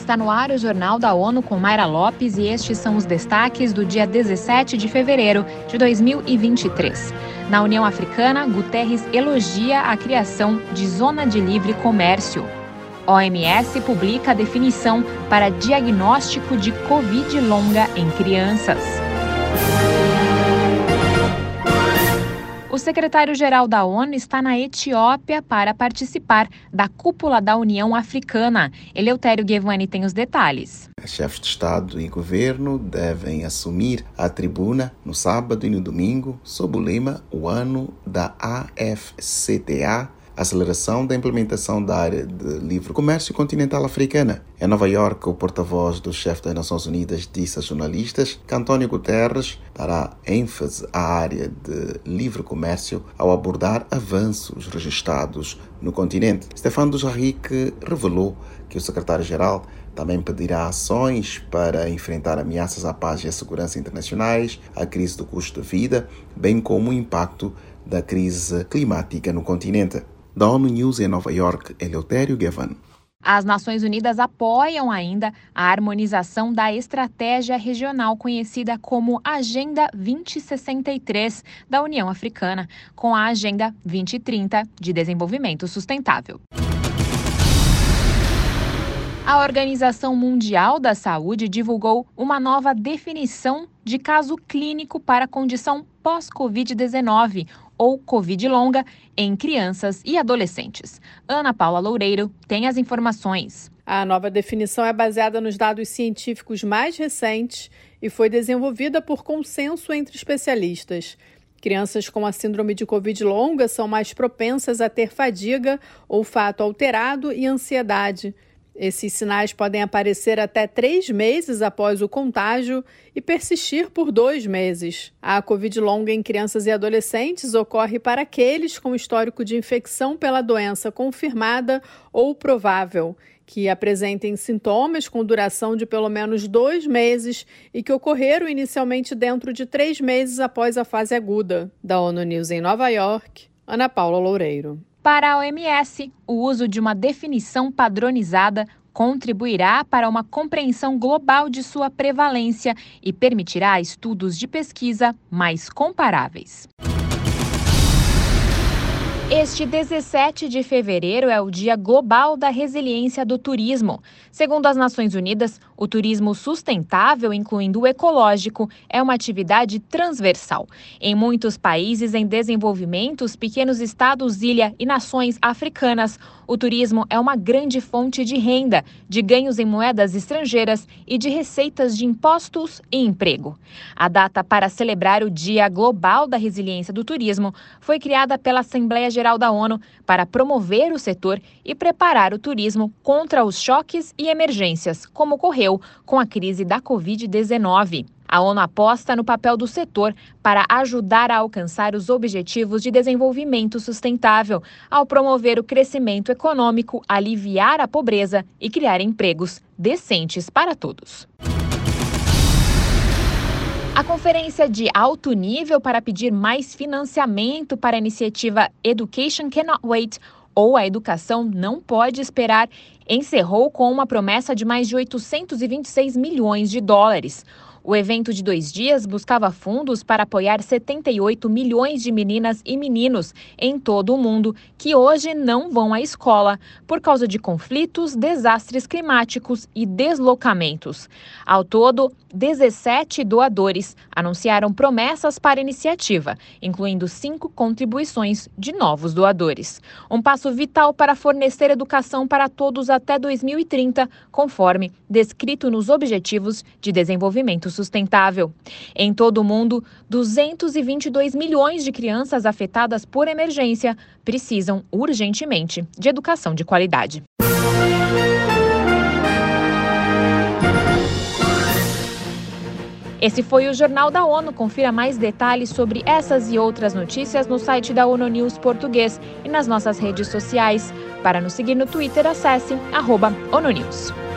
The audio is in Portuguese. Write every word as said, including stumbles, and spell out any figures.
Está no ar o Jornal da ONU com Mayra Lopes e estes são os destaques do dia dezessete de fevereiro de dois mil e vinte e três. Na União Africana, Guterres elogia a criação de Zona de Livre Comércio. O M S publica a definição para diagnóstico de Covid longa em crianças. O secretário-geral da ONU está na Etiópia para participar da cúpula da União Africana. Eleutério Guevani tem os detalhes. Chefes de Estado e Governo devem assumir a tribuna no sábado e no domingo sob o lema O Ano da A F C T A, Aceleração da Implementação da Área de Livre Comércio Continental Africana. Em Nova Iorque, o porta-voz do chefe das Nações Unidas disse a jornalistas que António Guterres dará ênfase à área de livre comércio ao abordar avanços registrados no continente. Stéphane Dujarric revelou que o secretário-geral também pedirá ações para enfrentar ameaças à paz e à segurança internacionais, a crise do custo de vida, bem como o impacto da crise climática no continente. Da ONU News em Nova Iorque, Eleutério Guevani. As Nações Unidas apoiam ainda a harmonização da estratégia regional conhecida como Agenda vinte sessenta e três da União Africana, com a Agenda vinte trinta de Desenvolvimento Sustentável. A Organização Mundial da Saúde divulgou uma nova definição de caso clínico para a condição pós-covid dezenove, ou Covid longa, em crianças e adolescentes. Ana Paula Loureiro tem as informações. A nova definição é baseada nos dados científicos mais recentes e foi desenvolvida por consenso entre especialistas. Crianças com a síndrome de Covid longa são mais propensas a ter fadiga, olfato alterado e ansiedade. Esses sinais podem aparecer até três meses após o contágio e persistir por dois meses. A Covid longa em crianças e adolescentes ocorre para aqueles com histórico de infecção pela doença confirmada ou provável, que apresentem sintomas com duração de pelo menos dois meses e que ocorreram inicialmente dentro de três meses após a fase aguda. Da ONU News em Nova Iorque, Ana Paula Loureiro. Para a O M S, o uso de uma definição padronizada contribuirá para uma compreensão global de sua prevalência e permitirá estudos de pesquisa mais comparáveis. Este dezessete de fevereiro é o Dia Global da Resiliência do Turismo. Segundo as Nações Unidas, o turismo sustentável, incluindo o ecológico, é uma atividade transversal. Em muitos países em desenvolvimento, os pequenos estados, ilha e nações africanas, o turismo é uma grande fonte de renda, de ganhos em moedas estrangeiras e de receitas de impostos e emprego. A data para celebrar o Dia Global da Resiliência do Turismo foi criada pela Assembleia Geral da ONU para promover o setor e preparar o turismo contra os choques e emergências, como ocorreu com a crise da covid dezenove. A ONU aposta no papel do setor para ajudar a alcançar os Objetivos de Desenvolvimento Sustentável, ao promover o crescimento econômico, aliviar a pobreza e criar empregos decentes para todos. A conferência de alto nível para pedir mais financiamento para a iniciativa Education Cannot Wait, ou A Educação Não Pode Esperar, encerrou com uma promessa de mais de oitocentos e vinte e seis milhões de dólares. O evento de dois dias buscava fundos para apoiar setenta e oito milhões de meninas e meninos em todo o mundo que hoje não vão à escola por causa de conflitos, desastres climáticos e deslocamentos. Ao todo, dezessete doadores anunciaram promessas para a iniciativa, incluindo cinco contribuições de novos doadores. Um passo vital para fornecer educação para todos até dois mil e trinta, conforme descrito nos Objetivos de Desenvolvimento Sustentável. Em todo o mundo, duzentos e vinte e dois milhões de crianças afetadas por emergência precisam urgentemente de educação de qualidade. Esse foi o Jornal da ONU. Confira mais detalhes sobre essas e outras notícias no site da ONU News Português e nas nossas redes sociais. Para nos seguir no Twitter, acesse arroba ONU News.